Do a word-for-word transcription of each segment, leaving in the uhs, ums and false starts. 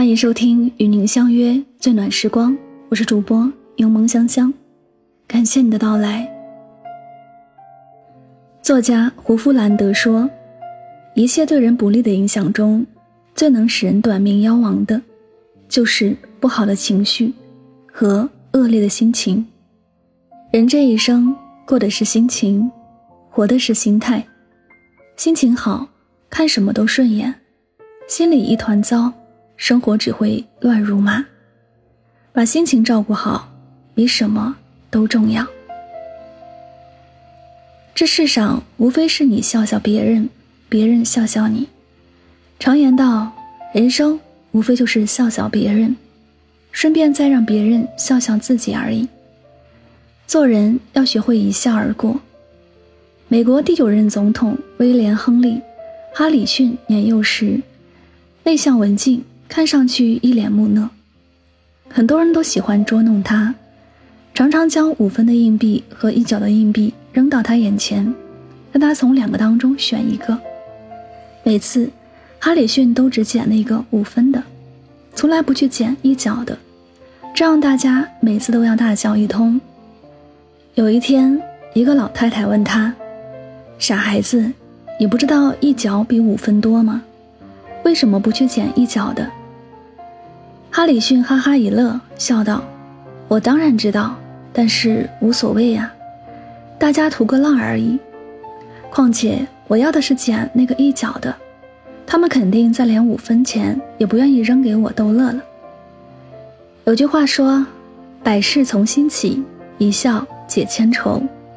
欢迎收听与您相约最暖时光，我是主播柠檬香香，感谢你的到来。作家胡夫兰德说，一切对人不利的影响中，最能使人短命夭亡的，就是不好的情绪和恶劣的心情。人这一生过的是心情，活的是心态。心情好，看什么都顺眼；心里一团糟，生活只会乱如麻。把心情照顾好，比什么都重要。这世上无非是你笑笑别人，别人笑笑你。常言道，人生无非就是笑笑别人，顺便再让别人笑笑自己而已。做人要学会一笑而过。美国第九任总统威廉·亨利·哈里逊年幼时，内向文静，看上去一脸木讷。很多人都喜欢捉弄他，常常将五分的硬币和一角的硬币扔到他眼前，让他从两个当中选一个。每次哈里逊都只捡那个五分的，从来不去捡一角的，这样大家每次都要大笑一通。有一天，一个老太太问他，傻孩子，你不知道一角比五分多吗？为什么不去捡一角的？哈里逊哈哈一乐，笑道，我当然知道，但是无所谓呀，大家图个乐而已。况且我要的是捡那个一角的，他们肯定在连五分钱也不愿意扔给我逗乐了。有句话说，百事从心起，一笑解千愁。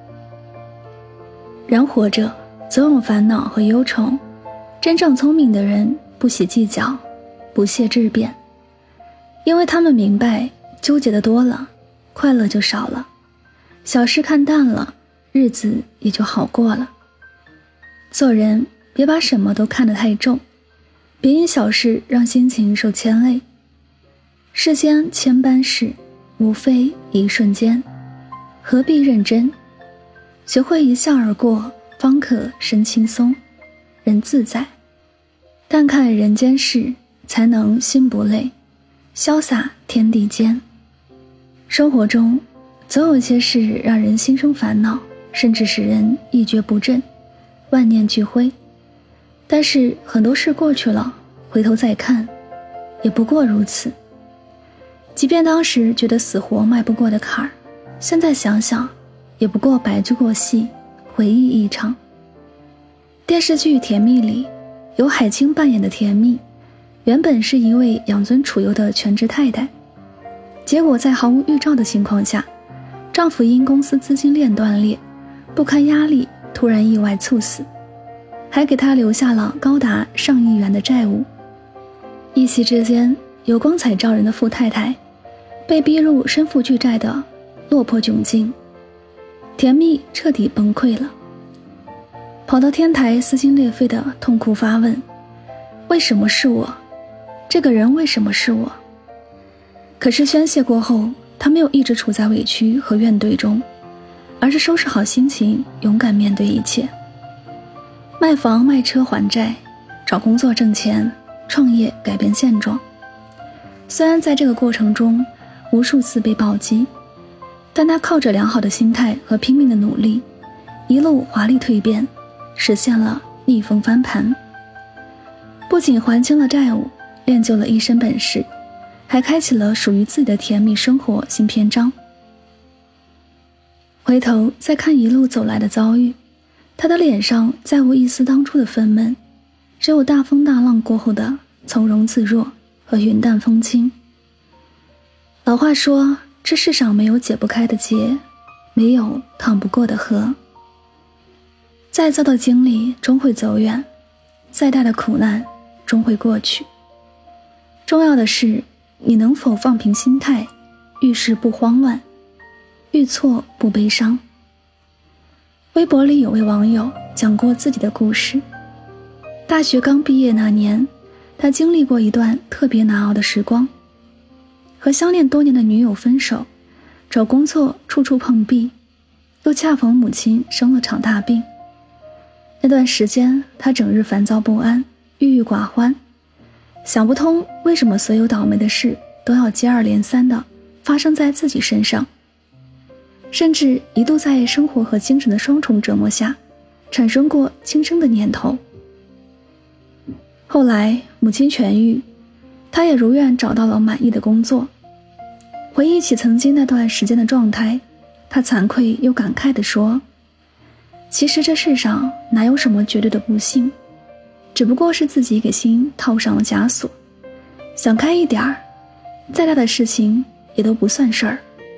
人活着总有烦恼和忧愁，真正聪明的人不喜计较，不屑质辩，因为他们明白，纠结的多了，快乐就少了，小事看淡了，日子也就好过了。做人别把什么都看得太重，别因小事让心情受牵累。世间千般事，无非一瞬间，何必认真？学会一笑而过，方可身轻松，人自在。淡看人间事，才能心不累，潇洒天地间。生活中总有些事让人心生烦恼，甚至使人一蹶不振，万念俱灰。但是很多事过去了，回头再看，也不过如此。即便当时觉得死活迈不过的坎儿，现在想想，也不过白驹过隙，回忆一场。电视剧《甜蜜》里，由海清扮演的甜蜜，原本是一位养尊处优的全职太太，结果在毫无预兆的情况下，丈夫因公司资金链断裂，不堪压力，突然意外猝死，还给她留下了高达上亿元的债务。一夕之间，有光彩照人的富太太被逼入身负巨债的落魄窘境，甜蜜彻底崩溃了，跑到天台撕心裂肺的痛哭发问，为什么是我？这个人为什么是我？可是宣泄过后，他没有一直处在委屈和怨怼中，而是收拾好心情，勇敢面对一切。卖房卖车还债，找工作挣钱，创业改变现状。虽然在这个过程中无数次被暴击，但他靠着良好的心态和拼命的努力，一路华丽蜕变，实现了逆风翻盘。不仅还清了债务，练就了一身本事，还开启了属于自己的甜蜜生活新篇章。回头再看一路走来的遭遇，他的脸上再无一丝当初的愤懑，只有大风大浪过后的从容自若和云淡风轻。老话说，这世上没有解不开的结，没有淌不过的河。再糟的经历终会走远，再大的苦难终会过去。重要的是，你能否放平心态，遇事不慌乱，遇错不悲伤。微博里有位网友讲过自己的故事。大学刚毕业那年，他经历过一段特别难熬的时光，和相恋多年的女友分手，找工作处处碰壁，又恰逢母亲生了场大病。那段时间他整日烦躁不安，郁郁寡欢， 想不通为什么所有倒霉的事都要接二连三地发生在自己身上，甚至一度在生活和精神的双重折磨下产生过轻生的念头。后来母亲痊愈，她也如愿找到了满意的工作。回忆起曾经那段时间的状态，她惭愧又感慨地说，其实这世上哪有什么绝对的不幸，只不过是自己给心套上了枷锁，想开一点儿，再大的事情也都不算事儿。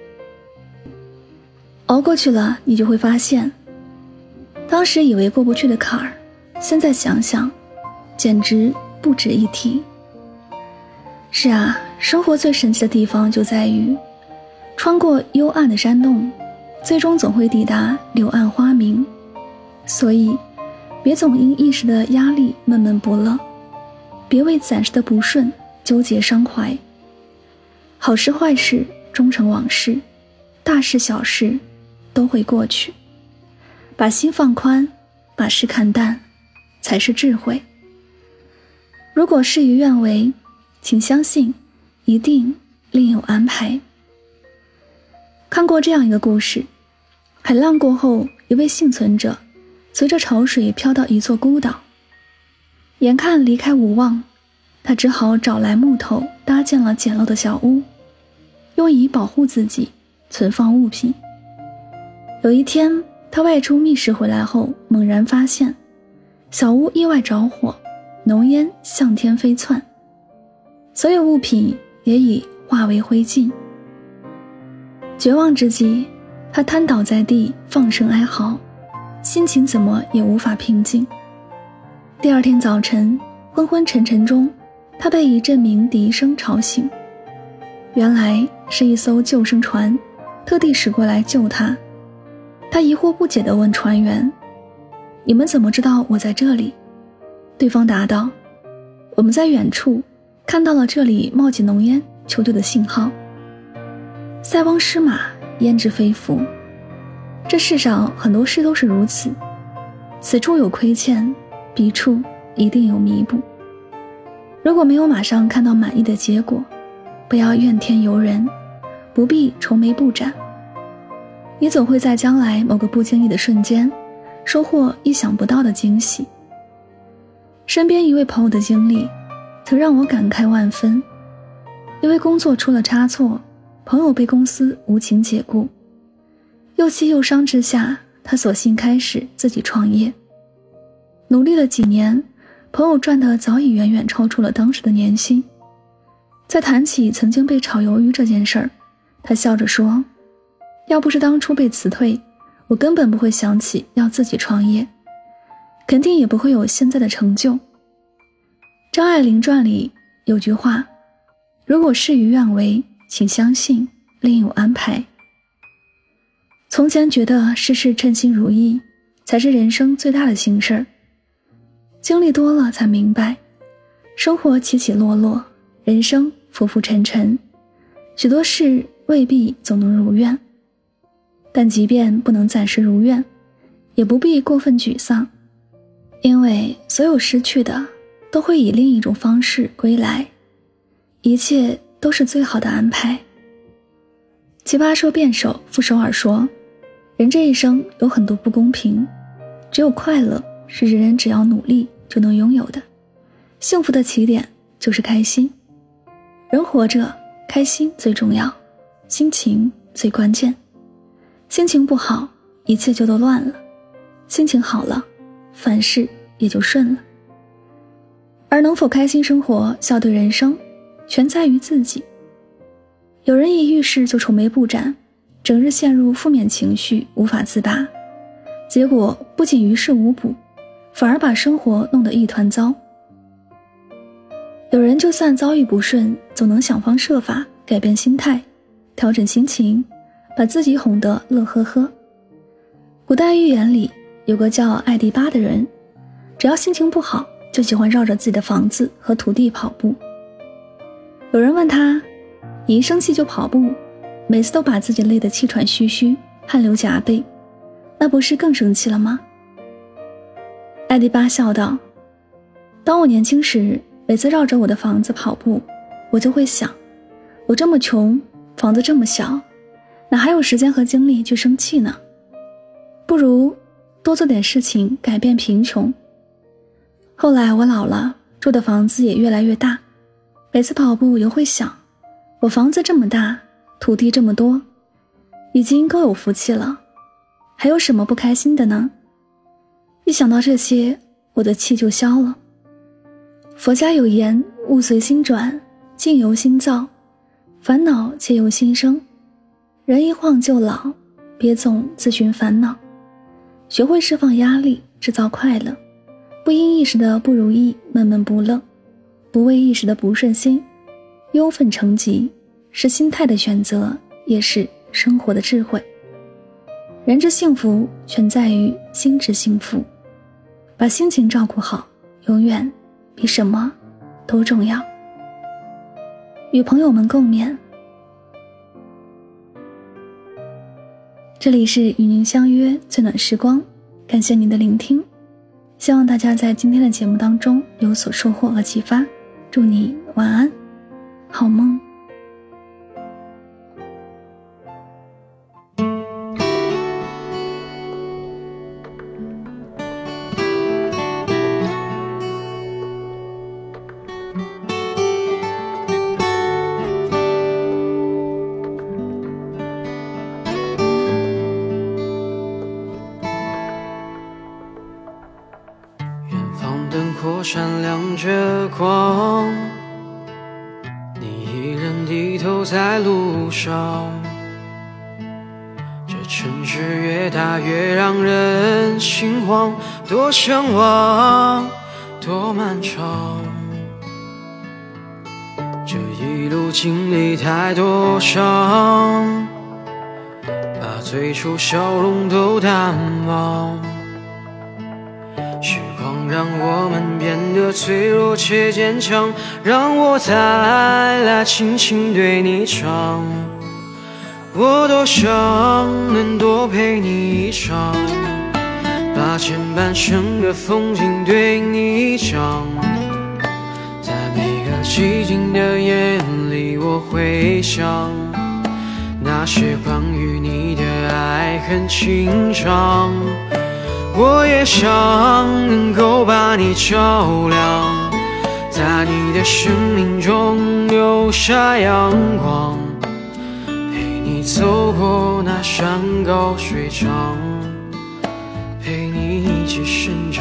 熬过去了，你就会发现，当时以为过不去的坎儿，现在想想简直不值一提。是啊，生活最神奇的地方就在于穿过幽暗的山洞，最终总会抵达柳暗花明。所以别总因一时的压力闷闷不乐，别为暂时的不顺纠结伤怀。好事坏事终成往事，大事小事都会过去。把心放宽，把事看淡，才是智慧。如果事与愿违，请相信一定另有安排。看过这样一个故事，海浪过后，一位幸存者随着潮水飘到一座孤岛，眼看离开无望，他只好找来木头搭建了简陋的小屋，用以保护自己，存放物品。有一天，他外出觅食回来后，猛然发现小屋意外着火，浓烟向天飞窜，所有物品也已化为灰烬。绝望之际，他瘫倒在地，放声哀嚎，心情怎么也无法平静。第二天早晨，昏昏沉沉中，他被一阵鸣笛声吵醒，原来是一艘救生船特地驶过来救他。他疑惑不解地问船员，你们怎么知道我在这里？对方答道，我们在远处看到了这里冒起浓烟求救的信号。塞翁失马，焉知非福，这世上很多事都是如此，此处有亏欠，彼处一定有弥补。如果没有马上看到满意的结果，不要怨天尤人，不必愁眉不展，你总会在将来某个不经意的瞬间收获意想不到的惊喜。身边一位朋友的经历曾让我感慨万分。因为工作出了差错，朋友被公司无情解雇，又气又伤之下，他索性开始自己创业。努力了几年，朋友赚得早已远远超出了当时的年薪。在谈起曾经被炒鱿鱼这件事儿，他笑着说，要不是当初被辞退，我根本不会想起要自己创业，肯定也不会有现在的成就。张爱玲传里有句话，如果事与愿违，请相信另有安排。从前觉得事事称心如意才是人生最大的幸事儿，经历多了才明白，生活起起落落，人生浮浮沉沉，许多事未必总能如愿。但即便不能暂时如愿，也不必过分沮丧，因为所有失去的都会以另一种方式归来，一切都是最好的安排。奇葩说辩手傅首尔说，人这一生有很多不公平，只有快乐是人人只要努力就能拥有的，幸福的起点就是开心。人活着，开心最重要，心情最关键。心情不好，一切就都乱了；心情好了，凡事也就顺了。而能否开心生活，笑对人生，全在于自己。有人一遇事就愁眉不展，整日陷入负面情绪，无法自拔，结果不仅于事无补，反而把生活弄得一团糟。有人就算遭遇不顺，总能想方设法改变心态，调整心情，把自己哄得乐呵呵。古代寓言里有个叫艾迪巴的人，只要心情不好，就喜欢绕着自己的房子和土地跑步。有人问他，你一生气就跑步，每次都把自己累得气喘吁吁，汗流浃背，那不是更生气了吗？艾迪巴笑道，当我年轻时， 每次绕着我的房子跑步，我就会想，我这么穷，房子这么小，哪还有时间和精力去生气呢？不如多做点事情改变贫穷。后来我老了，住的房子也越来越大，每次跑步我又会想，我房子这么大，土地这么多，已经够有福气了，还有什么不开心的呢？一想到这些，我的气就消了。佛家有言，物随心转，境由心造，烦恼皆由心生。人一晃就老，别总自寻烦恼。学会释放压力，制造快乐，不因一时的不如意闷闷不乐，不为一时的不顺心忧愤成疾，是心态的选择，也是生活的智慧。人之幸福全在于心之幸福，把心情照顾好，永远比什么都重要。与朋友们共勉。这里是与您相约最暖时光，感谢您的聆听，希望大家在今天的节目当中有所收获和启发。祝你晚安，好梦。 灯火闪亮着光，你依然低头在路上。这城市越大越让人心慌，多向往，多漫长。这一路经历太多伤，把最初笑容都淡忘。时光让我们变得脆弱且坚强，让我再来轻轻对你唱，我多想能多陪你一场，把前半生的风景对你讲，在每个寂静的夜里我会想，那些关于你的爱很轻长，我也想能够把你照亮，在你的生命中留下阳光，陪你走过那山高水长，陪你一起生长。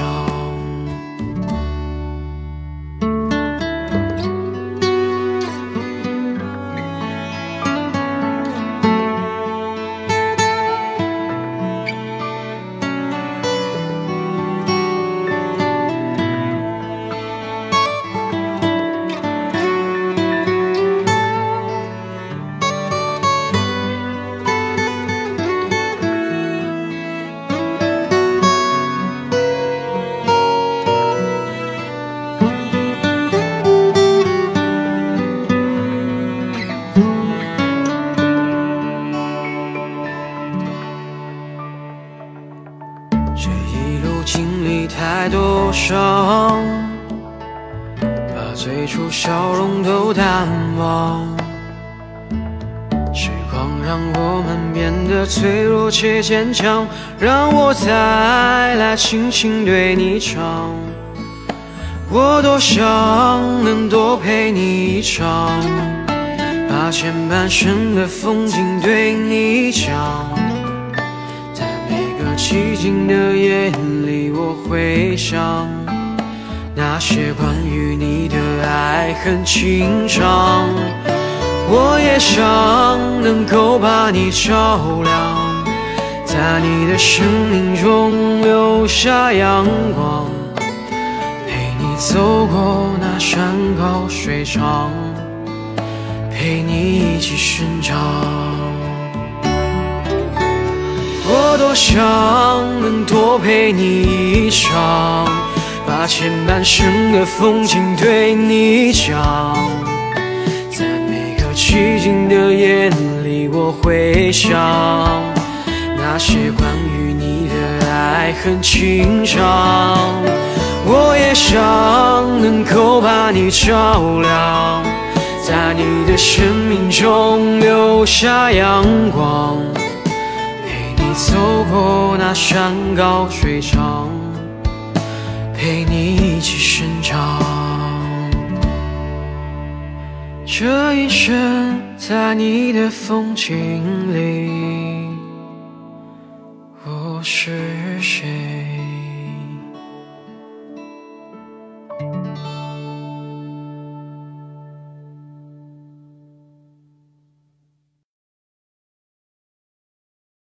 这一路经历太多伤，把最初笑容都淡忘。时光让我们变得脆弱且坚强，让我再来轻轻对你唱，我多想能多陪你一场，把前半生的风景对你讲，寂静的夜里我会想，那些关于你的爱很轻长，我也想能够把你照亮，在你的生命中留下阳光，陪你走过那山高水长，陪你一起生长。我多想能多陪你一场，把前半生的风景对你讲，在每个寂静的夜里我会想，那些关于你的爱很轻长，我也想能够把把你照亮，在你的生命中留下阳光，陪你走过那山高水长，陪你一起生长。这一生在你的风景里，我是谁？